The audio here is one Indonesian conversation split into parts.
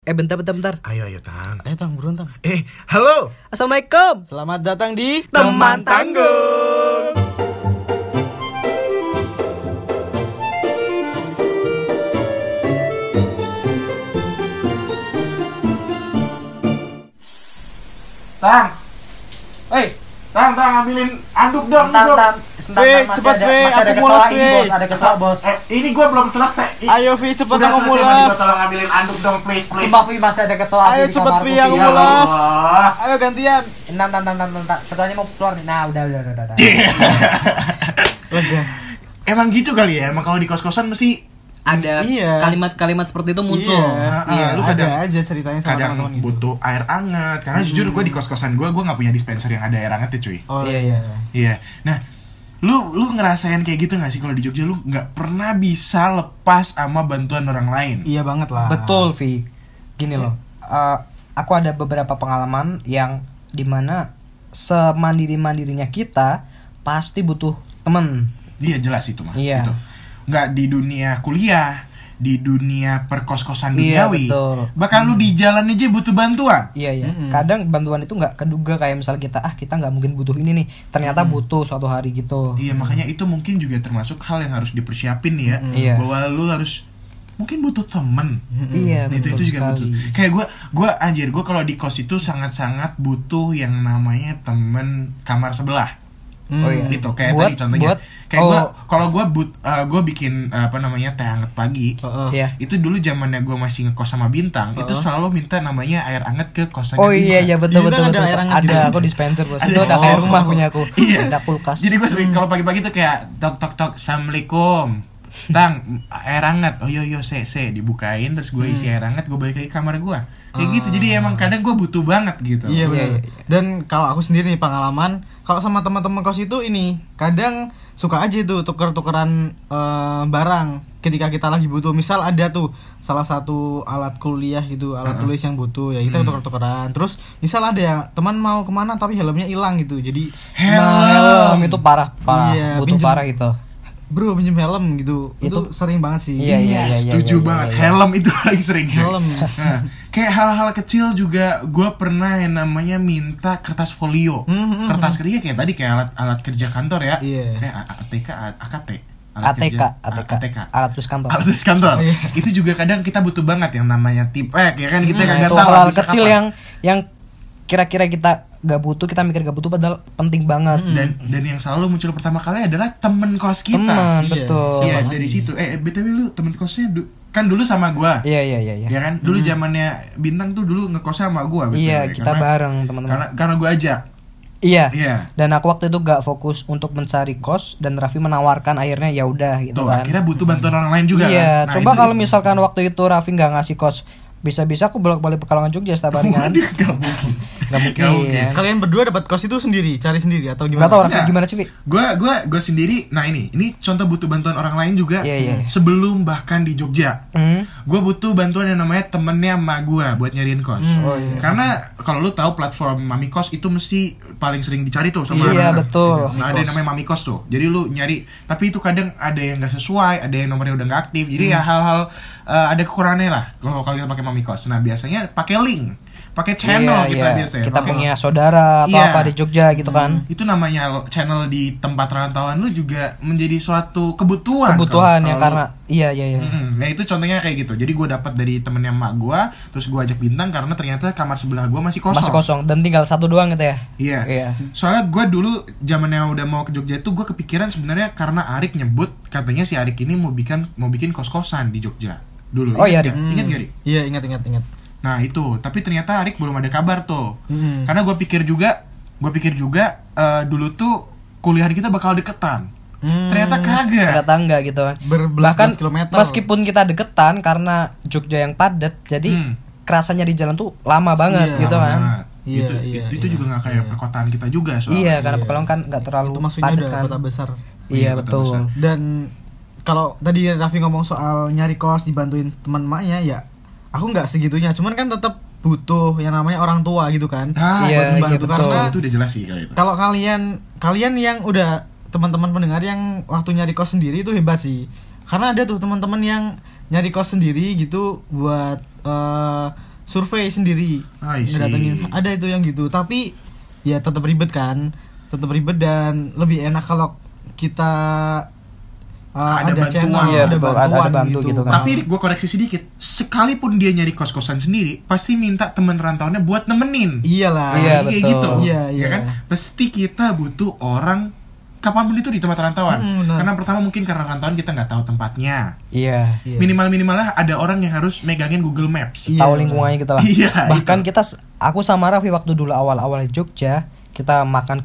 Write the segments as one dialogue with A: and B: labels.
A: Bentar.
B: Ayo Tang.
C: Ayo Tang, buruan Tang.
B: Halo.
A: Assalamualaikum.
C: Selamat datang di
A: Teman Tanggung.
B: Tang, ambilin anduk dong.
A: Sebentar,
C: cepet,
A: masih ada
C: aku
A: kecoa
C: mules,
A: ini,
C: Wei.
A: bos. Ada kecoa, bos.
B: Ini gue belum selesai.
C: Ayo Vi, cepet
B: Udah
C: aku
B: selesai tadi,
C: mulas.
B: gua tolong ambilin anduk dong, please.
A: Sumpah, Vi, masih ada kecoa
C: Ayo
A: di
C: cepet,
A: kamarku,
C: Vi, aku
A: Vi.
C: mulas.
B: Allah.
C: Ayo gantian.
A: Ntar. Kecoanya mau keluar nih. Nah, udah.
C: Lega.
B: Emang gitu kali ya. Emang kalau di kos-kosan mesti
A: Ada
C: Iya.
A: kalimat-kalimat seperti itu muncul.
C: Iya,
B: lu
C: ada
B: kadang-
C: aja ceritanya sama
B: kadang
C: teman-teman gitu.
B: butuh air hangat. Karena jujur gue di kos-kosan gue nggak punya dispenser yang ada air hangat ya, cuy.
C: Oh
A: Iya.
C: iya.
B: Iya. Nah, lu ngerasain kayak gitu nggak sih kalau di Jogja lu nggak pernah bisa lepas sama bantuan orang lain?
C: Iya banget lah.
A: Betul, Vi. Gini loh. Aku ada beberapa pengalaman yang dimana semandiri-mandirinya kita pasti butuh temen.
B: Iya jelas itu mah.
A: Iya.
B: Gitu. Nggak di dunia kuliah, di dunia perkos-kosan
A: Iya,
B: duniawi.
A: betul.
B: Bahkan lu di jalan aja butuh bantuan.
A: Iya.
C: Mm-mm.
A: Kadang bantuan itu nggak keduga, kayak misal kita nggak mungkin butuh ini nih, ternyata butuh suatu hari gitu.
B: Iya, makanya itu mungkin juga termasuk hal yang harus dipersiapin nih ya.
A: Iya.
B: Bahwa lu harus mungkin butuh temen.
A: Iya,
B: Nah,
A: betul
B: itu juga
A: sekali.
B: butuh. Kayak gue kalau di kos itu sangat-sangat butuh yang namanya temen kamar sebelah.
A: Oh iya.
B: Itu kayak
A: Buat-
B: tadi contohnya.
A: buat-
B: Kayak
A: oh.
B: gue bikin teh hangat pagi.
A: Iya.
B: Itu dulu zamannya gue masih ngekos sama Bintang, itu selalu minta namanya air hangat ke kosannya
A: Oh
B: Bintang.
A: iya betul.
C: Kita ada air hangat
A: Ada
C: gitu.
A: aku dispenser, bos.
B: Ada.
A: Itu udah kayak
B: Oh.
A: rumah punya aku.
B: Iya.
A: Ada kulkas.
B: Jadi gue sering kalau pagi-pagi tuh kayak tok assalamualaikum. Tang, air hangat. Oh yo se dibukain terus gue isi air hangat, gue balik lagi ke kamar gue. Kayak gitu. Jadi emang kadang gue butuh banget gitu.
C: Iya benar.
A: Iya.
C: Dan kalau aku sendiri nih pengalaman, kalau sama teman-teman kos itu ini kadang suka aja itu tuker-tukeran barang ketika kita lagi butuh. Misal ada tuh salah satu alat kuliah gitu, alat tulis yang butuh ya kita tuker-tukeran. Terus misal ada ya teman mau kemana tapi helmnya hilang gitu. Jadi
A: Helm itu parah.
C: Iya,
A: Butuh
C: pinjem.
A: parah gitu.
C: bro pinjem helm gitu. Itu sering banget sih.
A: Iya.
B: Setuju banget. Helm itu lagi sering cuy.
C: Helm.
B: Nah, kayak hal-hal kecil juga gue pernah yang namanya minta kertas folio. Kertas kerja kayak tadi kayak alat kerja kantor ya.
C: Iya.
B: ATK, AKT.
A: ATK. Alat tulis kantor.
B: Alat tulis kantor.
C: Iya.
B: Itu juga kadang kita butuh banget yang namanya tipek ya kan, kita
A: Nah,
B: nggak
A: itu
B: tahu
A: hal
B: habis
A: kecil
B: kapan.
A: yang kira-kira kita gak butuh, kita mikir gak butuh padahal penting banget.
B: dan yang selalu muncul pertama kali adalah temen kos kita.
A: Teman,
C: Iya.
A: betul.
B: Iya,
C: Siapa
B: dari
C: lagi?
B: situ. BTW lu temen kosnya kan dulu sama gua.
A: Iya.
B: Ya kan? Dulu zamannya Bintang tuh dulu ngekosnya sama gua.
A: Iya,
B: BTW.
A: kita bareng teman-teman.
B: Karena gua ajak.
A: Iya.
B: Iya.
A: Dan aku waktu itu gak fokus untuk mencari kos, dan Raffi menawarkan akhirnya ya udah gitu
B: Tuh,
A: kan.
B: akhirnya butuh bantuan orang lain juga
A: Iya,
B: kan. Nah,
A: coba
B: itu-
A: kalau misalkan waktu itu Raffi nggak ngasih kos, bisa-bisa aku bolak-balik Pekalongan Jogja setiap hari kan.
B: Waduh, gak mungkin.
A: Gak mungkin.
B: Gak mungkin.
C: Kalian berdua dapat kos itu sendiri, cari sendiri atau gimana?
A: Gak tau Raffi
B: Enggak.
A: gimana sih, Vi?
B: Gua sendiri. Nah ini contoh butuh bantuan orang lain juga.
A: Iya.
B: Sebelum bahkan di Jogja,
A: Hmm.
B: gue butuh bantuan yang namanya temennya emak gue buat nyariin kos.
A: Oh, iya.
B: Karena kalau lu tahu platform Mami Kos itu mesti paling sering dicari tuh sama
A: Iya,
B: anak-anak.
A: betul.
B: Nah, ada yang namanya Mami Kos tuh. Jadi lu nyari, tapi itu kadang ada yang nggak sesuai, ada yang nomornya udah nggak aktif. Jadi ya hal-hal ada kekurangannya lah kalau kita pakai Mami Kos. Nah biasanya pakai link, pakai channel kita biasanya.
A: Kita
B: Pakai-
A: punya saudara atau
B: Iya.
A: apa di Jogja gitu kan.
B: Itu namanya channel di tempat rantauan lu juga menjadi suatu kebutuhan.
A: Kebutuhan yang
B: Kalau lu-
A: karena iya.
B: Nah itu contohnya kayak gitu. Jadi gue dapat dari temennya emak gue, terus gue ajak Bintang karena ternyata kamar sebelah gue masih kosong.
A: Masih kosong dan tinggal satu doang gitu ya.
B: Iya.
A: Iya.
B: Soalnya gue dulu zamannya udah mau ke Jogja itu gue kepikiran sebenarnya karena Arik nyebut katanya si Arik ini mau bikin kos-kosan di Jogja dulu.
A: Oh, iya,
B: Ingat
A: Arik.
B: nggak? Ingat gak, Rik?
C: Iya, ingat.
B: Nah itu, tapi ternyata Arik belum ada kabar tuh.
C: Mm-mm.
B: Karena gue pikir juga dulu tuh kuliah kita bakal deketan. Ternyata kagak.
A: Ternyata enggak gitu kan. Bahkan
C: Berbelas kilometer.
A: meskipun kita deketan karena Jogja yang padat, jadi kerasanya di jalan tuh lama banget
C: Iya,
A: gitu
B: Lama
A: kan.
B: banget.
C: Iya,
B: itu
C: iya,
B: juga nggak kayak perkotaan kita juga soalnya.
A: Iya, karena Pekalongan kan nggak terlalu
C: Itu maksudnya
A: padat
C: udah
A: kan.
C: kota besar.
A: Iya,
B: Iya, kota
A: betul.
B: besar.
C: Dan kalau tadi Raffi ngomong soal nyari kos dibantuin teman emaknya, ya aku nggak segitunya. Cuman kan tetap butuh yang namanya orang tua gitu kan.
B: Ah,
A: Iya,
C: buat membantu.
A: betul.
C: Karena
B: itu udah jelas sih kalau itu.
C: kalau kalian yang udah teman-teman pendengar yang waktu nyari kos sendiri itu hebat sih. Karena ada tuh teman-teman yang nyari kos sendiri gitu buat survei sendiri.
B: I see.
C: Ngedatengin ada itu yang gitu, tapi ya tetap ribet kan. Tetap ribet dan lebih enak kalau kita
B: Ada
C: ada
B: bantuan.
C: channel,
A: Iya,
C: ada
A: betul.
C: bantuan
A: Ada bantu gitu kan.
B: Tapi gue koreksi sedikit, sekalipun dia nyari kos-kosan sendiri, pasti minta teman rantauannya buat nemenin.
C: Iyalah.
A: Iya,
B: Kayak
A: betul.
B: gitu.
C: Iya,
B: Ya
C: iya.
B: kan? Pasti kita butuh orang kapanpun itu di tempat rantauan.
C: Benar.
B: Karena pertama mungkin karena rantauan kita nggak tahu tempatnya.
A: Iya.
C: Iya.
B: Minimal-minimalnya ada orang yang harus megangin Google Maps.
C: Iya.
A: Tahu lingkungannya kita lah.
B: Iya,
A: Bahkan aku sama Raffi waktu dulu awal-awal di Jogja, kita makan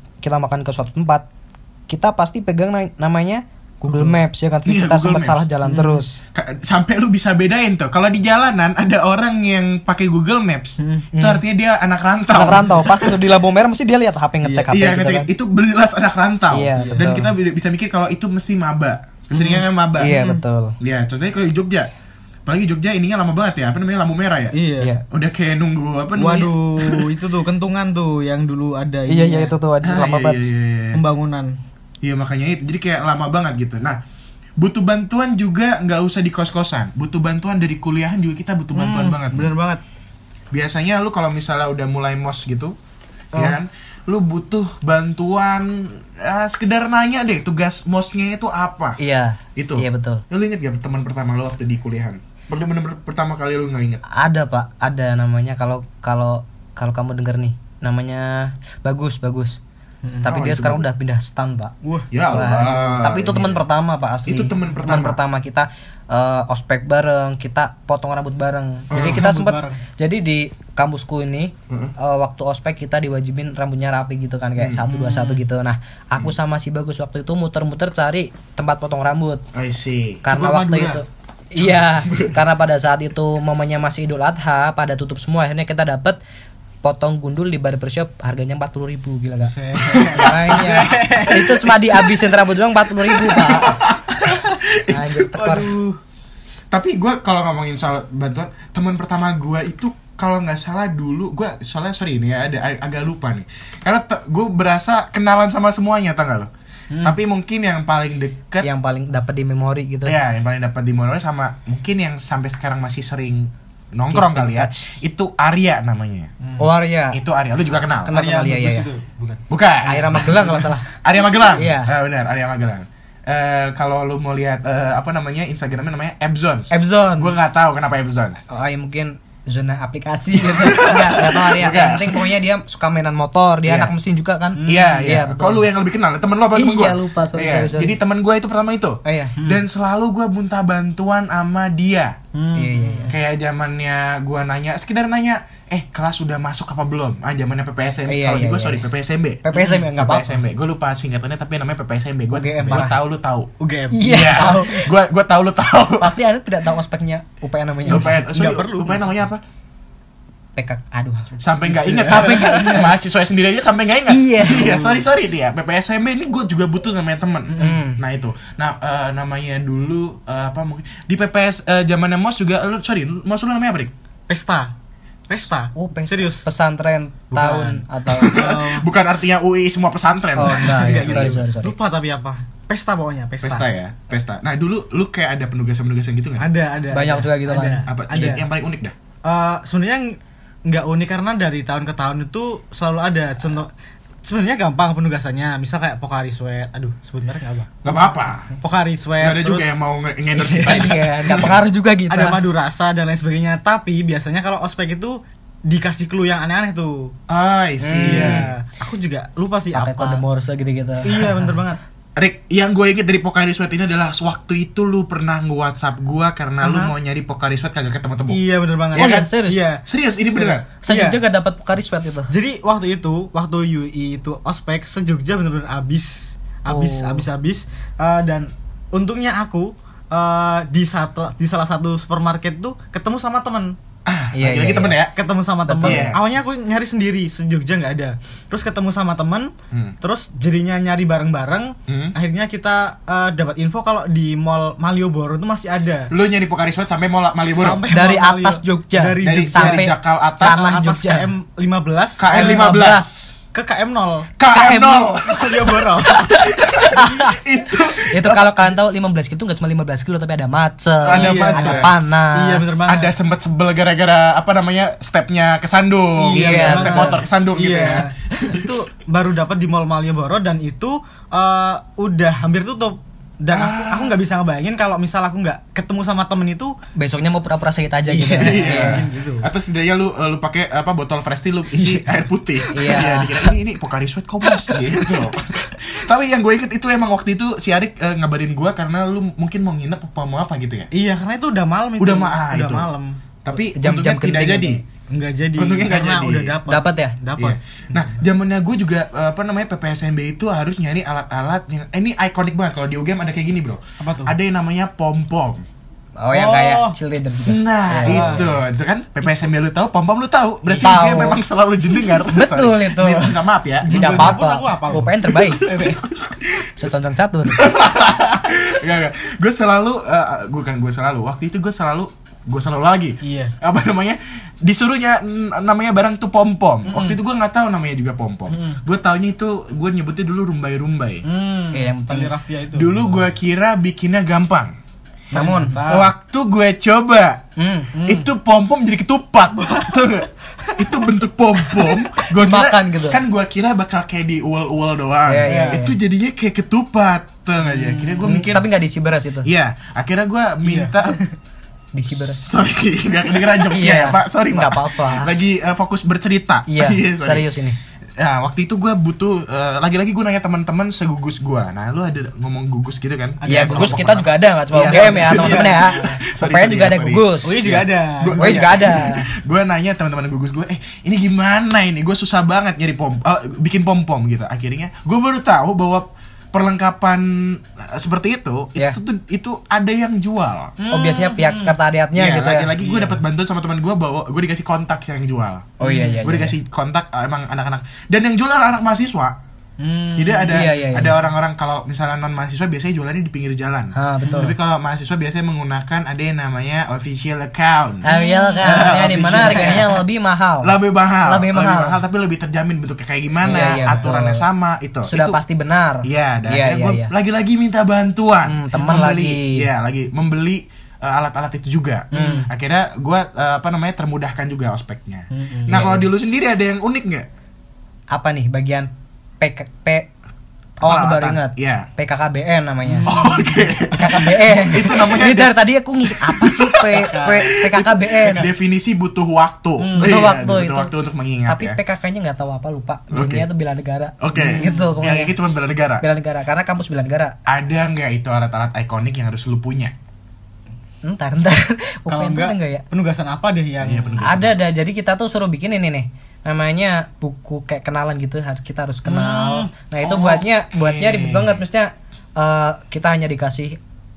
A: ke suatu tempat, kita pasti pegang namanya Google Maps ya kan.
B: Iya,
A: Kita
B: Google
A: sempat
B: Maps.
A: salah jalan terus.
B: Sampai lu bisa bedain tuh. Kalau di jalanan ada orang yang pakai Google Maps, itu artinya dia anak rantau.
A: Anak rantau pas itu di lampu merah mesti dia lihat HP ngecek HP
B: Iya,
A: gitu
B: ngecek.
A: kan.
B: Itu jelas anak rantau.
A: Iya,
B: Dan
A: betul.
B: kita bisa mikir kalau itu mesti maba. Keseringan maba.
A: Iya, betul.
B: Ya, contohnya kalau di Jogja. Apalagi Jogja ininya lama banget ya. Apa namanya? Lampu merah ya?
C: Iya.
A: Iya.
B: Udah kayak nunggu apa namanya?
C: Waduh, itu tuh kentungan tuh yang dulu ada
A: Iya,
C: ininya,
A: itu tuh aja
B: Ah,
A: lama
B: iya,
A: banget.
B: iya, iya.
C: pembangunan.
B: Iya, makanya itu. Jadi kayak lama banget gitu. Nah, butuh bantuan juga nggak usah di kos-kosan. Butuh bantuan dari kuliahan juga kita butuh bantuan banget.
C: Bener banget.
B: Biasanya lu kalau misalnya udah mulai mos gitu, ya kan, lu butuh bantuan sekedar nanya deh tugas mosnya itu apa.
A: Iya.
B: Itu.
A: Iya, betul.
B: Lu inget gak teman pertama lu waktu di kuliahan? Bener-bener pertama kali lu nggak inget?
A: Ada, Pak. Ada namanya kalau kamu dengar nih, namanya Bagus. Tapi
B: Oh,
A: dia
B: itu
A: sekarang
B: Bagus.
A: udah pindah stan, Pak.
C: Wah,
B: Ya Allah.
A: Wah, tapi itu teman pertama, Pak, asli.
B: Itu teman pertama.
A: kita ospek bareng, kita potong rambut bareng. Jadi kita
C: rambut
A: sempat
C: bareng.
A: jadi di kampusku ini waktu ospek kita diwajibin rambutnya rapi gitu kan, kayak 1-2-1 gitu. Nah, aku sama si Bagus waktu itu muter-muter cari tempat potong rambut.
B: I see.
A: Karena
C: Cukur
A: waktu
C: Madura.
A: itu iya, karena pada saat itu momennya masih Idul Adha, pada tutup semua, akhirnya kita dapat potong gundul di barbershop harganya 40.000, gila gak?
C: Buset.
A: Makanya itu cuma dihabisin rambut doang 40.000, Pak. Anjir, tekor.
B: Aduh. Tapi gue kalau ngomongin soal bantuan, teman pertama gue itu kalau nggak salah dulu gue soalnya sorry ini ya agak lupa nih. Karena gue berasa kenalan sama semuanya, tau gak lo? Tapi mungkin yang paling deket,
A: Yang paling dapat di memori gitu.
B: ya yang paling dapat di Monopoly sama mungkin yang sampai sekarang masih sering nongkrong
A: Keep in
B: kali ya.
A: touch.
B: Itu Arya namanya.
A: Oh, Arya.
B: Itu Arya, lu juga kenal?
A: Kenal.
C: Arya
A: Iya,
C: Bagus
A: iya.
C: itu, bukan?
B: Bukan.
A: Aira Magelang kalau salah.
B: Arya Magelang.
A: Iya.
B: Benar, Arya Magelang. Kalau lu mau lihat apa namanya Instagramnya namanya Ebzones.
A: Epzone.
B: Gue nggak tahu kenapa Ebzones.
A: Oh, ya mungkin zona aplikasi gitu. Enggak tahu Arya.
B: Bukan.
A: Yang penting pokoknya dia suka mainan motor, dia
B: Iya.
A: anak mesin juga kan?
B: Iya.
A: betul.
B: Kok lu yang lebih kenal? Temen lu apa temen gue?
A: Iya, lupa, sorry.
B: Jadi temen gue itu pertama itu.
A: Oh iya.
B: Dan selalu gue minta bantuan sama dia.
A: Iya.
B: Kayak zamannya gue nanya, sekedar nanya, kelas udah masuk apa belum? Zamannya PPSMB.
A: Iya,
B: Kalau di
A: iya,
B: gue
A: iya.
B: sorry PPSMB.
A: PPSMB enggak apa-apa.
B: PPSMB. Gue lupa singkatannya tapi namanya PPSMB. Gue
A: UGM,
B: gue
A: Pak.
B: tahu lu tahu.
C: UGM.
A: Iya, tahu.
B: Gue tahu lu tahu.
A: Pasti Anda tidak tahu ospeknya UPN namanya.
B: UPN, sorry,
C: Nggak perlu.
B: UPN namanya apa?
A: PK. Aduh.
B: Sampai nggak ingat, mahasiswa sendiri aja sampai nggak ingat.
A: Iya.
B: sorry dia. PPSMB ini gue juga butuh namanya temen. Nah itu, namanya dulu mungkin di PPS zamannya MOS juga. MOS lu namanya apa, Rik?
C: Pesta.
A: Oh,
C: Serius.
A: Pesantren tahun atau
B: Bukan artinya UI semua pesantren.
A: Oh, enggak,
C: Enggak,
A: sorry.
C: Lupa tapi apa? Pesta pokoknya, pesta.
B: Pesta ya, pesta. Nah dulu lu kayak ada penugasan-penugasan gitu nggak?
C: Ada.
A: Banyak
C: ada.
A: juga gitu kan.
B: Apa?
C: Ada.
B: Yang paling unik dah?
C: Sebenarnya nggak unik karena dari tahun ke tahun itu selalu ada. Contoh sebenarnya gampang penugasannya. Misal kayak Pocari Sweat. Aduh, sebut merek nggak apa?
B: Gak apa-apa.
C: Pocari Sweat.
B: Gak ada juga
C: terus
B: yang mau nge-endorse kita.
A: Iya, enggak pengaruh juga gitu.
C: ada madu rasa dan lain sebagainya. Tapi biasanya kalau ospek itu dikasih clue yang aneh-aneh tuh.
B: I see.
C: Iya. Aku juga lupa sih
A: pakai
C: apa.
A: kode Morse gitu-gitu.
C: Iya, bener banget.
B: Rick, yang gue inget dari Pocari Sweat ini adalah waktu itu lu pernah nge-WhatsApp gue karena lu mau nyari Pocari Sweat kagak ketemu-temu.
C: Iya, bener banget.
A: Oh, iya, serius?
C: Iya.
B: Serius, ini beneran?
A: Saya
C: Iya.
A: juga gak dapat Pocari Sweat itu.
C: Jadi waktu UI itu ospek se-Jogja bener-bener habis dan untungnya aku di salah satu supermarket tuh ketemu sama temen.
A: Iya,
B: Lagi-lagi temen ya?
C: Ketemu sama temen.
B: Betul.
C: Awalnya aku nyari sendiri se-Jogja nggak ada. Terus ketemu sama temen, terus jadinya nyari bareng-bareng. Akhirnya kita dapat info kalau di Mall Malioboro itu masih ada.
B: Lu nyari Pocari Sweat sampai Mall Malioboro?
C: Sampai
A: Dari
C: Mall Malio-
A: atas Jogja.
C: Dari
B: Dari
C: Jogja.
A: sampai
B: Jakal atas
A: Tanah
C: atas
A: Jogja.
C: KM 15.
B: KM 15.
C: ke KM0.
B: KM0.
C: Malioboro.
A: Itu kalau kalian tahu 15 kilo nggak cuma 15 kilo tapi ada macet,
B: Ada
A: ada
B: macet.
A: panas.
C: Iya, bener banget.
B: Ada sempet sebel gara-gara apa namanya stepnya kesandung,
A: Iya,
B: step
A: bener.
B: motor kesandung gitu ya.
C: Itu baru dapat di Mall Malioboro dan itu udah hampir tutup. Dan aku nggak bisa ngebayangin kalau misal aku nggak ketemu sama temen itu.
A: Besoknya mau pura-pura sakit aja gitu.
B: Iya.
C: Mungkin gitu.
B: Atau setidaknya lu pakai apa botol fresh tea lu isi air putih.
A: Iya.
B: Dikira ini Pocari Sweat kok mas gitu. Tapi yang gue inget itu emang waktu itu si Arik ngabarin gue karena lu mungkin mau nginep apa mau apa gitu ya.
C: Iya, karena itu udah malam itu.
B: Udah
C: udah
B: itu.
C: malam.
B: Tapi
A: Jam-jam
B: untungnya tidak
A: genting
B: jadi.
A: itu.
C: Enggak jadi.
B: Untungnya nggak
C: karena
B: jadi.
C: udah dapat.
A: Dapat ya?
C: Dapat.
B: Iya. Nah, zamannya gue juga apa namanya PPSMB itu harus nyari alat-alat yang ini ikonik banget kalau di UGM ada kayak gini, Bro.
C: Apa tuh?
B: Ada yang namanya pom-pom.
A: Oh, yang kayak cheerleader gitu.
B: Nah,
A: Iya.
B: itu kan PPSMB lu tahu, pom-pom lu tahu. Berarti
A: Tahu.
B: UGM memang selalu didengar.
A: Betul
B: Sorry.
A: itu.
B: Minta maaf ya.
A: Tidak
C: Aku
A: apa-apa.
C: hafal.
A: UPN terbaik. Secondong catur.
B: Enggak. Gue selalu waktu itu gue selalu lagi.
C: Iya.
B: Apa namanya? Disuruhnya namanya barang tuh pom-pom. Waktu itu gue nggak tahu namanya juga pom-pom. Gue taunya itu gue nyebutnya dulu rumbai-rumbai.
A: Iya, yang
C: Tali
A: penting.
C: rafia itu.
B: Dulu gue kira bikinnya gampang.
A: Namun,
B: Waktu gue coba itu pom-pom jadi ketupat. Tahu nggak? Itu bentuk pom-pom. Gue kira
A: Makan gitu.
B: kan gue kira bakal kayak di uol-uol doang.
A: Iya, iya,
B: Itu jadinya kayak ketupat. Tahu nggak ya? Kira gue mikir.
A: tapi nggak diisi beras itu.
B: Iya, akhirnya gue minta.
A: Diisi beras.
B: Sorry, nggak kedengeran jokesnya
A: Iya.
B: ya Pak. Sorry Pak.
A: Nggak apa-apa.
B: Lagi fokus bercerita.
A: Iya,
B: sorry.
A: serius ini.
B: Nah, waktu itu gue butuh lagi-lagi gue nanya teman-teman segugus gue. Nah, lu ada ngomong gugus gitu kan?
A: Iya,
B: Ada
A: gugus
B: kelompok
A: kita
B: orang.
A: juga ada, nggak cuma
B: Iya,
A: UGM ya,
B: sorry.
A: teman-teman ya.
B: Sorry,
A: UPN juga ada
B: sorry.
A: gugus.
C: UI juga ada.
A: UI juga ada.
B: Gue nanya teman-teman gugus gue, ini gimana ini? Gue susah banget nyari bikin pom-pom gitu. Akhirnya gue baru tahu bahwa perlengkapan seperti itu,
A: Yeah.
B: itu ada yang jual.
A: Oh, biasanya pihak sekretariatnya
B: Iya,
A: gitu ya.
B: lagi-lagi gue dapat bantuan sama teman gue bahwa gue dikasih kontak yang jual.
A: Oh iya iya.
B: Gue
A: iya.
B: dikasih kontak emang anak-anak dan yang jual anak mahasiswa. Jadi ada
A: Iya.
B: ada orang-orang kalau misalnya non mahasiswa biasanya jualannya di pinggir jalan.
A: Betul.
B: Tapi kalau mahasiswa biasanya menggunakan ada yang namanya official account.
A: Iya kan, di mana
B: Official
A: harganya
B: account.
A: lebih mahal.
B: Lebih mahal.
A: Lebih mahal.
B: tapi lebih terjamin bentuknya kayak gimana,
A: Iya,
B: aturannya
A: betul.
B: sama itu.
A: Sudah
B: Itu-
A: pasti benar.
B: Iya, dan
A: Iya,
B: akhirnya
A: iya,
B: gue
A: iya.
B: lagi-lagi minta bantuan.
A: Teman lagi.
B: Iya, lagi membeli alat-alat itu juga. Akhirnya gue termudahkan juga ospeknya. Nah,
A: Iya,
B: kalau
A: iya.
B: di lu sendiri ada yang unik nggak?
A: Apa nih bagian Oh, aku baru
B: Peralatan.
A: ingat.
B: Iya.
A: PKKBN namanya.
B: Oke.
A: PKKBN.
B: Itu namanya
A: Ini dari tadi aku apa sih PKKBN?
B: Definisi butuh waktu.
A: Butuh
B: Iya,
A: waktu
B: butuh
A: itu.
B: waktu untuk mengingat
A: Tapi
B: ya.
A: PKK-nya nggak tahu apa, lupa.
B: Oke.
A: Dunia itu bela negara.
B: Oke.
A: Gitu pokoknya.
B: Yang ini cuma bela negara.
A: Bela negara karena kampus bela negara.
B: Ada nggak itu alat-alat ikonik yang harus lu punya?
A: Entar.
C: Kalau
A: UPN tuh ada
C: enggak,
A: nggak ya?
C: penugasan apa deh yang
B: Iya, penugasan.
A: Ada. Jadi kita tuh suruh bikin ini nih. Namanya buku kayak kenalan gitu, kita harus kenal. Nah, itu buatnya ribet banget. Mestinya kita hanya dikasih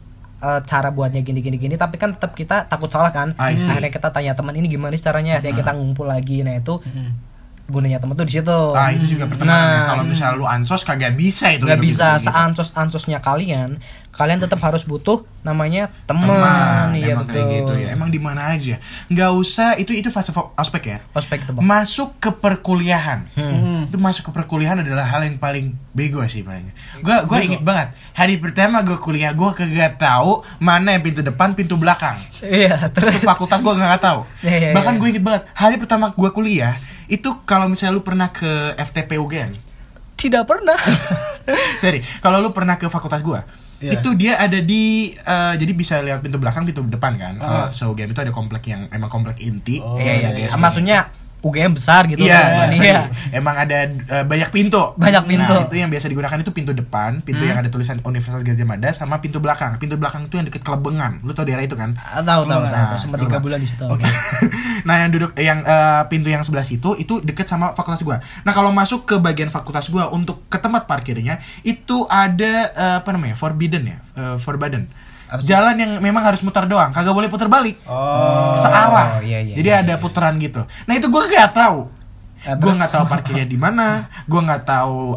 A: cara buatnya gini tapi kan tetap kita takut salah kan.
B: I see.
A: Akhirnya kita tanya teman ini gimana sih caranya, ya kita ngumpul lagi. Nah, itu gunanya teman tuh di situ.
B: Ah, itu juga pertemanan.
A: Nah,
B: Kalau misalnya lu ansos kagak bisa itu.
A: nggak
B: hidup
A: bisa
B: gitu.
A: seansos-ansosnya kalian tetap harus butuh namanya teman. Iya
B: emang
A: betul.
B: kayak gitu ya. Emang di mana aja. Nggak usah itu fase ospek ya.
A: Ospek itu, Bang.
B: Masuk ke perkuliahan. Itu masuk ke perkuliahan adalah hal yang paling bego sih paling. Gue inget banget hari pertama gue kuliah gue kagak tahu mana yang pintu depan pintu belakang.
A: Iya, terus
B: Itu fakultas gue nggak tahu.
A: Iya.
B: Bahkan gue inget banget hari pertama gue kuliah itu kalau misalnya lu pernah ke FTP UGM.
A: tidak pernah.
B: Jadi kalau lu pernah ke fakultas gue
C: Iya.
B: itu dia ada di jadi bisa lihat pintu belakang pintu depan kan. Kalau se-UGM itu ada komplek yang emang komplek inti.
A: Iya. Maksudnya UGM besar gitu
B: Iya,
A: kan.
B: sorry.
A: Iya.
B: Emang ada banyak pintu.
A: Banyak pintu.
B: Nah, itu yang biasa digunakan itu pintu depan, pintu yang ada tulisan Universitas Gadjah Mada sama pintu belakang. Pintu belakang itu yang deket Kelebengan. Lu tau daerah itu kan?
A: Tahu.
B: Nah,
A: Sempat
B: lu
A: 3
B: nggak?
A: bulan di situ.
B: Oke. Nah, yang pintu yang sebelah situ itu deket sama fakultas gua. Nah, kalau masuk ke bagian fakultas gua untuk ke tempat parkirnya itu ada forbidden ya, forbidden.
A: Apa sih?
B: Jalan yang memang harus muter doang, kagak boleh putar balik. Searah.
A: Iya,
B: Jadi ada putaran gitu. Nah, itu gua gak tahu. Gue
A: Terus?
B: nggak tahu parkirnya di mana, gue nggak tahu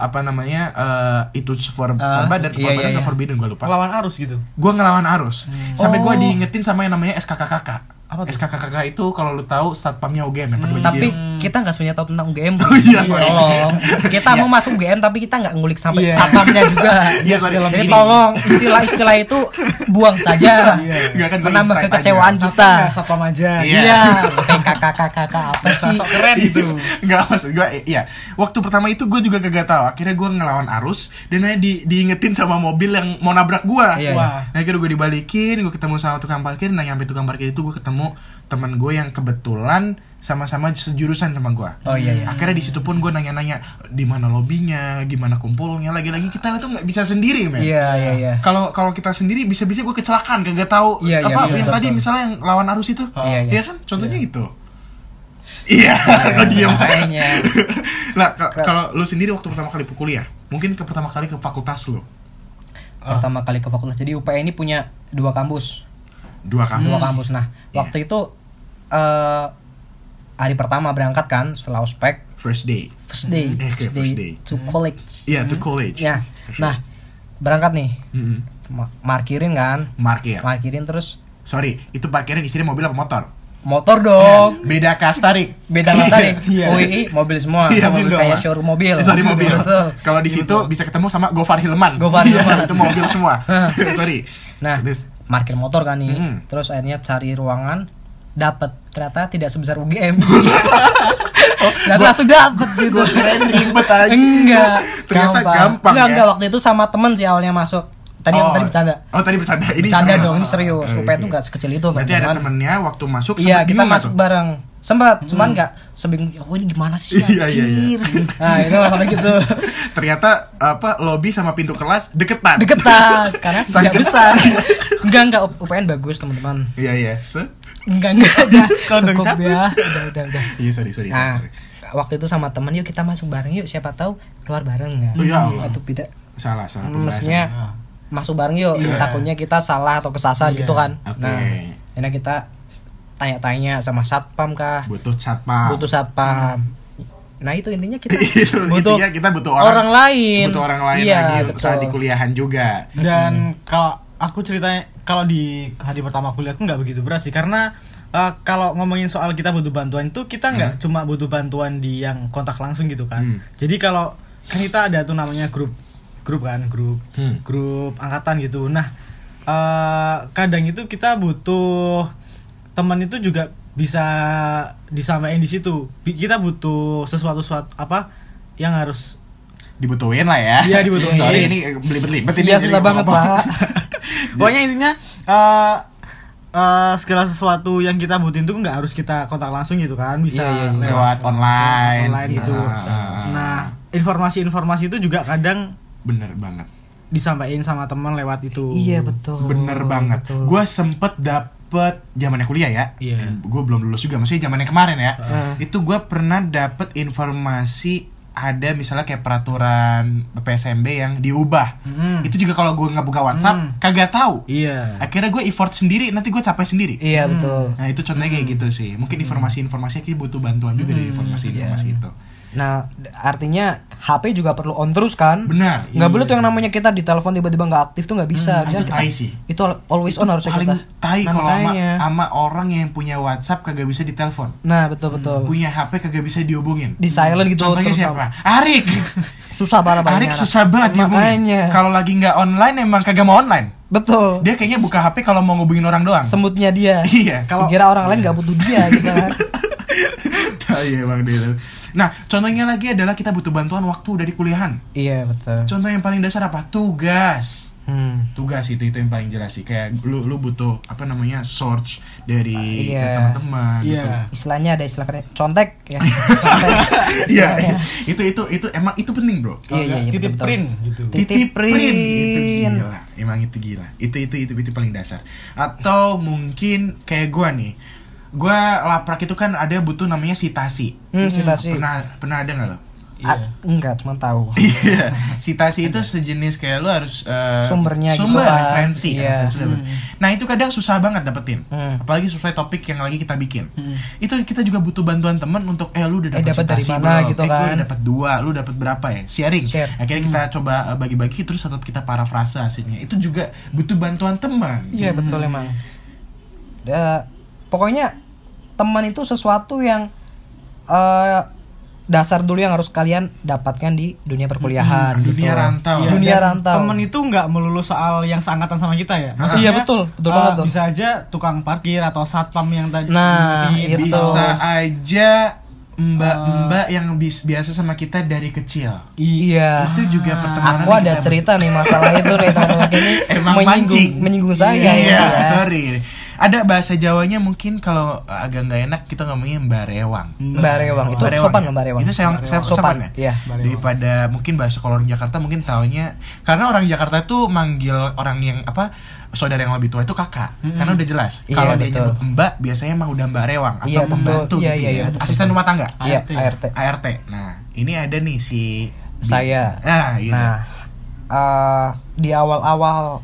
B: itu forbidden,
A: Iya, iya.
B: forbidden gue lupa.
C: lawan arus gitu.
B: Gue ngelawan arus, sampai gue diingetin sama yang namanya SKKKK.
C: Apa tuh?
B: SKKK itu kalau lu tahu satpamnya UGM yang pakai baju
A: Tapi
B: biru.
A: kita nggak sebenarnya tahu tentang UGM.
B: iya, sorry.
A: Tolong. Kita mau masuk UGM tapi kita nggak ngulik sampai
C: Iya.
A: satpamnya juga.
B: Iya, sorry.
A: Jadi tolong istilah-istilah itu buang saja.
B: Nggak akan gua
A: Menambah
B: insight
A: kekecewaan
B: aja.
A: kita.
C: Satpam aja.
B: Iya.
A: Iya, kayak kakak apa sih?
C: Sok keren gitu.
B: Nggak, maksud gue, iya. Waktu pertama itu gue juga kagak tahu. Akhirnya gue ngelawan arus dan akhirnya diingetin sama mobil yang mau nabrak gue.
A: Iya,
C: Wah.
B: Nah, akhirnya gue dibalikin, gue ketemu sama tukang parkir. Nah, nyampe tukang parkir itu gue ketemu teman gue yang kebetulan sama-sama sejurusan sama gue.
A: Oh iya iya.
B: Akhirnya di situ pun gue nanya-nanya di mana lobbynya, gimana kumpulnya. Lagi-lagi kita itu nggak bisa sendiri, men.
A: Iya.
B: Kalau kita sendiri bisa-bisa gue kecelakaan, kagak tahu
A: Iya,
B: apa
A: iya,
B: yang
A: betul,
B: tadi
A: betul.
B: misalnya yang lawan arus itu.
A: Iya, iya.
B: kan? Contohnya itu. Iya, lo diem.
A: makanya.
B: Nah, kalau lu sendiri waktu pertama kali kuliah, mungkin pertama kali ke fakultas lu.
A: Pertama kali ke fakultas. Jadi UPN ini punya 2 kampus.
B: 2 kampus.
A: 2 kampus. Nah, waktu itu hari pertama berangkat kan setelah ospek,
B: First day.
A: first day
B: First day.
A: to college.
B: Iya, to college.
A: Ya. Nah, berangkat nih.
B: Mm-mm.
A: Markirin kan?
B: Parkir.
A: Markirin terus
B: Sorry, itu parkirnya di sini mobil apa motor?
A: motor dong.
B: Beda kastarik.
A: Beda masa nih.
C: Iya.
A: UI mobil semua.
B: Iya,
A: mobil
B: betul,
A: saya
B: Pak.
A: showroom mobil.
B: Sorry, mobil.
A: Betul.
B: Kalau di situ bisa ketemu sama Gofar Hilman.
A: Gofar
B: Iya,
A: Hilman.
B: itu mobil semua. Sorry.
A: Nah,
B: Terus,
A: parkir motor kan nih.
B: Mm.
A: Terus akhirnya cari ruangan, dapat ternyata tidak sebesar UGM. Dan langsung dapet gitu.
B: keren ribet aja.
A: Enggak.
B: Ternyata gampang ya.
A: Enggak, waktu itu sama temen sih awalnya masuk. Tadi
B: Oh.
A: tadi bercanda.
B: Oh, tadi bercanda. Ini
A: Bercanda
B: serius.
A: dong, ini serius.
B: Oh,
A: UPN
B: iya.
A: tuh enggak sekecil itu,
B: Berarti ada
A: teman-teman.
B: temennya waktu masuk
A: Iya,
B: sempet
A: kita
B: bingung nggak
A: masuk
B: tuh?
A: bareng. Sempat, cuman enggak sebingung, oh ini gimana sih
B: Iya, iya,
A: anjir.
B: iya.
A: Nah, itu masalah gitu.
B: Ternyata apa lobby sama pintu kelas deketan.
A: Deketan karena tidak
B: Saking-
A: besar. Enggak UPN bagus, teman-teman.
B: Iya, iya.
A: Enggak ada.
C: Kondom
A: Cukup
C: capek.
A: ya. Udah.
B: Iya, sorry.
A: Nah, waktu itu sama temen yuk kita masuk bareng yuk, siapa tahu keluar bareng kan.
B: Oh, ya Allah.
A: Itu tidak
B: Salah pembahasan.
A: maksudnya masuk bareng yuk,
B: Iya.
A: takutnya kita salah atau kesasar
C: Iya.
A: gitu kan.
B: Oke.
A: Nah, karena kita tanya-tanya sama satpam kah,
B: butuh satpam.
A: butuh satpam. Nah itu intinya kita
B: Itu
A: butuh
B: intinya kita butuh
A: orang lain.
B: Butuh orang lain
A: Iya,
B: lagi
A: betul.
B: saat di kuliahan juga.
C: Dan kalau aku ceritanya kalau di hari pertama kuliah aku nggak begitu berat sih karena kalau ngomongin soal kita butuh bantuan itu kita nggak cuma butuh bantuan di yang kontak langsung gitu kan. Jadi kalau kan kita ada tuh namanya grup angkatan gitu. Nah kadang itu kita butuh teman itu juga bisa disampaikan di situ. Kita butuh sesuatu apa yang harus
B: Dibutuhin lah ya.
C: Iya, dibutuhin.
B: Sorry ini belibet-libet ini.
A: Iya
B: jadi
A: susah banget
B: ngomong.
A: Pak.
C: Pokoknya intinya segala sesuatu yang kita butuhin tuh nggak harus kita kontak langsung gitu kan, bisa
A: Iya, iya.
B: Lewat online.
C: gitu.
B: Ah.
C: Nah, informasi-informasi itu juga kadang
B: Bener banget.
C: disampaikan sama teman lewat itu.
A: Iya betul.
B: Bener banget.
A: Betul.
B: Gue sempet dapet zamannya kuliah ya.
C: Iya.
B: Gue belum lulus juga, maksudnya zamannya kemarin ya.
A: Ah.
B: Itu gue pernah dapet informasi ada misalnya kayak peraturan PSMB yang diubah. Itu juga kalau gue nggak buka WhatsApp kagak tahu.
C: Iya.
B: Akhirnya gue effort sendiri, nanti gue capek sendiri.
A: Iya betul.
B: Nah itu contohnya kayak gitu sih. Mungkin informasi-informasi kita butuh bantuan juga dari informasi-informasi itu.
A: Nah, artinya HP juga perlu on terus kan?
B: Benar.
A: Nggak boleh tuh yang namanya kita ditelepon tiba-tiba nggak aktif tuh nggak bisa.
B: Itu
A: Harusnya
B: tai sih.
A: Itu always on harusnya
B: Paling
A: kita.
B: tai
A: Nah,
B: kalau
A: makanya.
B: sama orang yang punya WhatsApp kagak bisa ditelepon.
A: Nah betul.
B: Punya HP kagak bisa dihubungin.
A: Di silent gitu.
B: Contohnya
A: terutama.
B: siapa? Arik.
A: Susah banget.
B: Arik susah banget dihubungin.
A: Makanya.
B: Kalau lagi nggak online emang kagak mau online.
A: Betul.
B: Dia kayaknya buka HP kalau mau ngubungin orang doang.
A: Semutnya dia.
B: Iya.
A: Kalau kira orang lain nggak butuh dia gitu kan.
B: Iya bang Del. Nah, contohnya lagi adalah kita butuh bantuan waktu dari kuliahan.
A: Iya betul.
B: Contoh yang paling dasar apa? Tugas.
A: Hmm.
B: Tugas itu yang paling jelas sih. Kayak lu butuh apa namanya? Search dari
A: Iya.
B: teman-teman
C: Iya.
B: gitu.
A: Istilahnya ada istilah contek ya. Contek.
B: Iya.
A: Istilahnya.
B: itu emang itu penting, Bro.
A: Iya,
C: Titip
A: betul.
C: print gitu.
A: Titip print.
B: Itu gila. Emang itu gila. Itu paling dasar. Atau mungkin kayak gua nih. Gua laprak itu kan ada butuh namanya sitasi.
A: Sitasi.
B: Pernah ada nggak lo?
C: Iya.
A: Enggak, cuma tahu.
B: Iya, sitasi itu sejenis kayak lu harus
A: Sumbernya
B: sumber
A: gitu kan.
B: referensi,
A: Iya.
B: referensi dapat. Nah itu kadang susah banget dapetin, apalagi sesuai topik yang lagi kita bikin. Itu kita juga butuh bantuan teman untuk lu udah dapat
A: dapat dari
B: sitasi
A: mana
B: belum?
A: gitu
B: Gue
A: kan.
B: udah dapat 2, lu dapat berapa ya? Sharing.
A: Share.
B: Akhirnya kita coba bagi-bagi terus tetap kita parafrase hasilnya. Itu juga butuh bantuan teman.
A: Iya betul emang. pokoknya teman itu sesuatu yang dasar dulu yang harus kalian dapatkan di dunia perkuliahan gitu.
B: Dunia rantau.
C: Iya,
A: Dunia
C: dan
A: rantau.
C: Temen itu nggak melulu soal yang seangkatan sama kita ya.
A: Iya, betul banget tuh.
C: Bisa aja tukang parkir atau satpam yang tadi.
A: Nah,
C: ngingetin.
A: itu.
B: Bisa aja mbak-mbak yang biasa sama kita dari kecil.
A: Iya.
B: Itu juga pertemanan.
A: Aku ada cerita nih masalah itu nih teman-teman, ini
B: Emang mancing.
A: menyinggung saya
B: Iya,
A: ya.
B: sorry. Ada bahasa Jawanya mungkin kalau agak nggak enak kita ngomongnya Mbak Rewang.
A: Mbak Rewang itu
B: Mbak
A: sopan
B: ya?
A: Mbak Rewang.
B: Itu saya sopan ya?
A: Iya.
B: Daripada mungkin bahasa kalau orang Jakarta mungkin taunya karena orang Jakarta itu manggil orang yang saudara yang lebih tua itu kakak. Karena udah jelas.
A: Iya,
B: Kalau dia
A: betul.
B: nyebut Mbak biasanya emang udah Mbak Rewang atau
A: Iya, betul.
B: pembantu
A: Iya,
B: gitu
A: iya,
B: ya.
A: betul.
B: Asisten rumah tangga.
A: Iya,
C: ART.
A: ART.
B: Nah, ini ada nih si
A: Saya.
B: Iya.
A: Nah, di awal-awal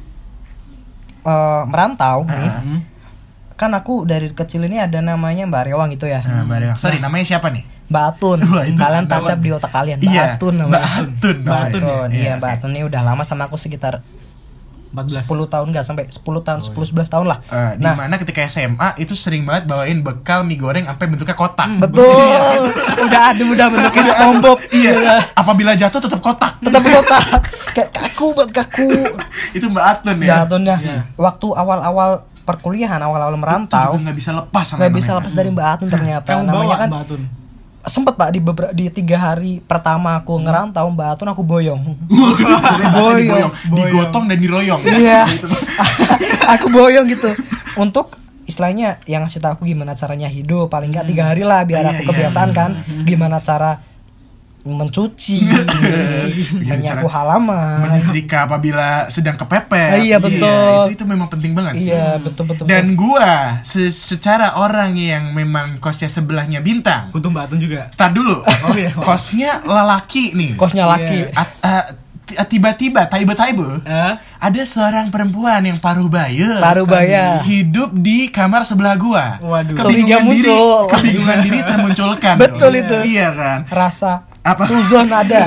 A: merantau nih, kan aku dari kecil ini ada namanya Mbak Rewang gitu ya.
B: Nah, Mbak Rewang. Sorry, namanya siapa nih?
A: Mbak Atun.
B: Wah, itu
A: Kalian
B: Mbak
A: tancap
B: Atun.
A: di otak kalian. Mbak
B: Iya,
A: Atun
B: Mbak
A: namanya.
B: Atun.
A: Mbak Atun.
B: Iya,
A: Iya, Mbak
B: oke.
A: Atun ini udah lama sama aku sekitar
C: 14.
A: 10 tahun enggak sampai 10 tahun, 10-11 tahun lah.
B: Di mana ketika SMA itu sering banget bawain bekal mie goreng sampai bentuknya kotak.
A: Betul. Udah bentuknya SpongeBob.
B: Iya. Apabila jatuh tetap kotak.
A: Tetap kotak. Kayak kaku.
B: Itu Mbak Atun ya.
A: Mbak Atun ya.
C: Iya.
A: Waktu awal-awal perkuliahan, awal-awal
B: Itu
A: merantau,
B: juga nggak bisa lepas sama
A: nggak bisa lepas dari Mbak Atun ternyata.
C: Kamu
A: Namanya
C: bawa
A: kan
C: Mbak Atun.
A: sempet Pak di 3 hari pertama aku ngerantau Mbak Atun aku boyong.
B: Boyong, digotong dan diroyong.
A: Iya. Aku boyong gitu. Untuk istilahnya yang ngasih tahu aku gimana caranya hidup, paling nggak 3 hari lah biar
B: Iya,
A: aku kebiasaan kan. Gimana cara mencuci, menyapu halaman.
B: Menyetrika apabila sedang kepepet.
A: Iya, betul.
B: Itu memang penting banget sih.
A: Iya, betul.
B: Dan gua secara orang yang memang kosnya sebelahnya bintang.
C: Untuk Mbak Atun juga.
B: Tar dulu.
C: Oh, iya.
B: Kosnya lelaki nih.
A: Kosnya laki.
C: Iya.
B: Tiba-tiba taibe ada seorang perempuan yang paruh baya hidup di kamar sebelah gua.
C: Waduh.
A: Curiga muncul.
B: Kebingungan diri termunculkan.
A: Betul
B: dong.
A: itu.
B: Iya kan.
A: Rasa
B: Apa?
A: suzon ada.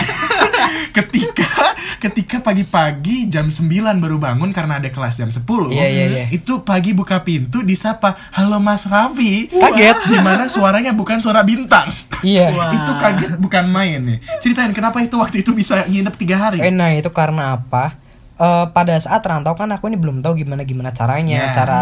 B: ketika pagi-pagi jam 9 baru bangun karena ada kelas jam 10.
A: Iya.
B: Itu pagi buka pintu disapa, "Halo Mas Raffi."
A: Kaget.
B: Dimana suaranya bukan suara bintang.
A: Iya.
C: Wah.
B: Itu kaget bukan main nih. Ceritain kenapa itu waktu itu bisa nginep 3 hari.
A: Nah itu karena apa? Pada saat rantau kan aku ini belum tahu gimana caranya,
B: Ya.
A: cara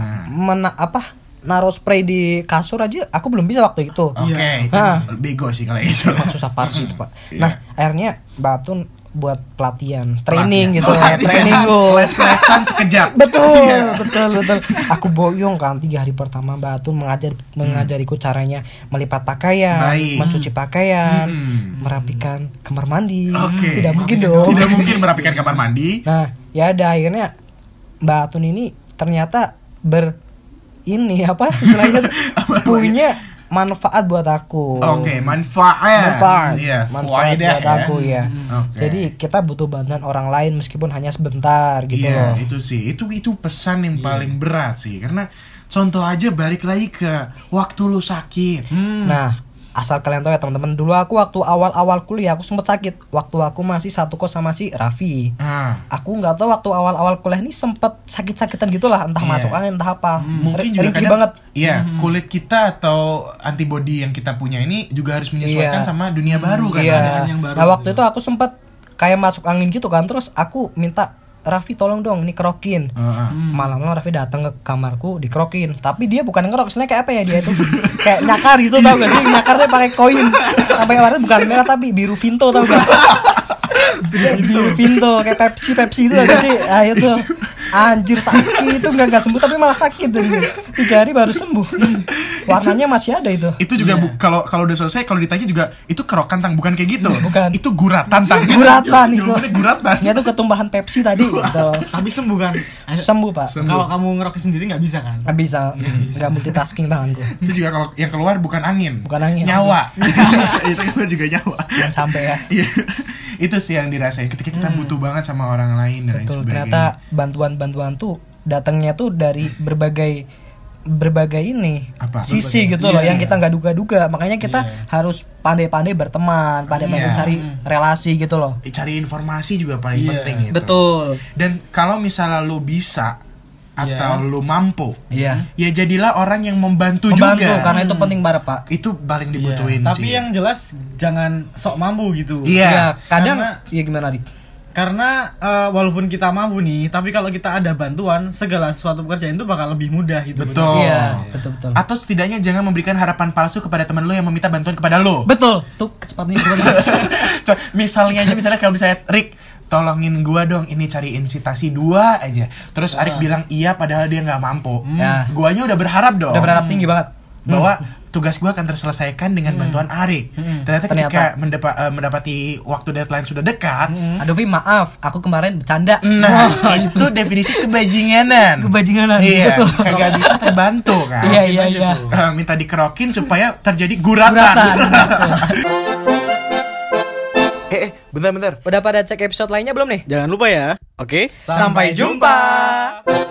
A: naruh spray di kasur aja aku belum bisa waktu itu.
B: Oke, itu bego sih kalau itu.
A: Emang susah parah sih itu Pak.
B: Iya.
A: Nah akhirnya Mbak Atun buat pelatihan, training gitu,
B: Pelatihan.
A: training gue.
B: Les-lesan sekejap.
A: Betul. Aku boyong kan 3 hari pertama Mbak Atun mengajariku caranya melipat pakaian,
B: Baik.
A: mencuci pakaian, merapikan kamar mandi.
B: Oke.
A: Tidak mungkin dong.
B: Tidak mungkin merapikan kamar mandi.
A: Nah, ya ada akhirnya Mbak Atun ini ternyata istilahnya punya manfaat buat aku.
B: Oke, manfaat. Iya,
A: Manfaat
B: faedah
A: buat aku ya.
B: Oke.
A: Jadi kita butuh bantuan orang lain meskipun hanya sebentar gitu
B: Iya,
A: loh.
B: itu sih. Itu pesan yang paling berat sih. Karena contoh aja balik lagi ke waktu lu sakit.
A: Nah, asal kalian tahu ya teman-teman, dulu aku waktu awal-awal kuliah aku sempat sakit. Waktu aku masih satu kos sama si Raffi. Aku nggak tahu waktu awal-awal kuliah ini sempat sakit-sakitan gitulah, entah
B: Iya.
A: masuk angin entah apa.
B: Mungkin juga
A: Ringkih
B: kadang,
A: banget.
B: Iya, kulit kita atau antibody yang kita punya ini juga harus menyesuaikan
A: Iya.
B: sama dunia baru kan.
A: Iya.
C: yang baru
A: Nah waktu itu aku sempat kayak masuk angin gitu kan, terus aku minta Raffi tolong dong ini kerokin. Malam-malam Raffi datang ke kamarku dikerokin, tapi dia bukan ngerok, sebenarnya kayak apa ya dia itu kayak nyakar gitu, tau gak sih, nyakarnya pakai koin, sampai warnanya bukan merah tapi biru Vinto, tau gak? Biru Vinto kayak Pepsi itu tau gak sih? Ah itu anjir sakit itu nggak sembuh tapi malah sakit anjir. 3 hari baru sembuh. Warnanya masih ada itu.
B: Itu juga kalau udah selesai kalau ditanya juga itu kerokan tang, bukan kayak gitu.
A: Bukan.
B: Itu guratan tang.
A: Guratan itu.
B: Jawabannya guratan.
A: Ya tuh ketumbahan Pepsi tadi gitu.
C: Tapi sembuh kan?
A: Sembuh Pak.
C: Kalau kamu ngerokin sendiri nggak bisa kan?
A: Nggak bisa, nggak multitasking tanganku.
B: Itu juga kalau yang keluar bukan angin.
A: Bukan angin.
B: Nyawa. Itu keluar juga nyawa.
A: Jangan sampai ya.
B: Iya. Itu sih yang dirasain ketika kita butuh banget sama orang lain dan lain
A: Betul,
B: sebagainya.
A: ternyata bantuan tuh datangnya tuh dari berbagai ini
B: Apa?
A: sisi
B: Berbagai
A: gitu loh
B: sisi,
A: yang
B: ya.
A: kita nggak duga-duga, makanya kita harus pandai-pandai berteman, pandai-pandai
B: Iya.
A: cari relasi gitu loh.
B: Cari informasi juga paling
C: Iya.
B: penting itu.
A: Betul.
B: Dan kalau misalnya lu bisa atau lu mampu,
A: Iya.
B: ya jadilah orang yang membantu
A: Membantu
B: juga.
A: karena itu penting banget, Pak.
B: Itu paling dibutuhin
C: Tapi
B: sih.
C: yang jelas jangan sok mampu gitu.
B: Iya.
A: Iya, kadang
C: Karena-
A: ya gimana, Dik?
C: Karena walaupun kita mampu nih, tapi kalau kita ada bantuan, segala sesuatu pekerjaan itu bakal lebih mudah gitu.
B: Betul.
A: Iya, betul.
B: Atau setidaknya jangan memberikan harapan palsu kepada teman lu yang meminta bantuan kepada lu.
A: Betul. Tuh kecepatan ini.
B: Misalnya kalau misalnya Rick, tolongin gua dong, ini cariin citasi 2 aja. Terus Arik bilang iya padahal dia nggak mampu.
A: Ya.
B: Guanya udah berharap dong.
A: Udah berharap tinggi banget.
B: Bahwa tugas gua akan terselesaikan dengan bantuan Arik. Ternyata ketika mendapati waktu deadline sudah dekat,
A: Aduh, Vi, maaf, aku kemarin bercanda.
B: nah itu definisi kebajinganan.
A: Kebajinganan.
B: Iya,
A: Betul.
B: kagak bisa terbantu kan.
A: Iya.
B: Minta dikerokin supaya terjadi guratan.
A: Guratan.
B: Bentar.
A: Udah pada cek episode lainnya belum nih?
C: Jangan lupa ya. Oke.
A: Sampai jumpa.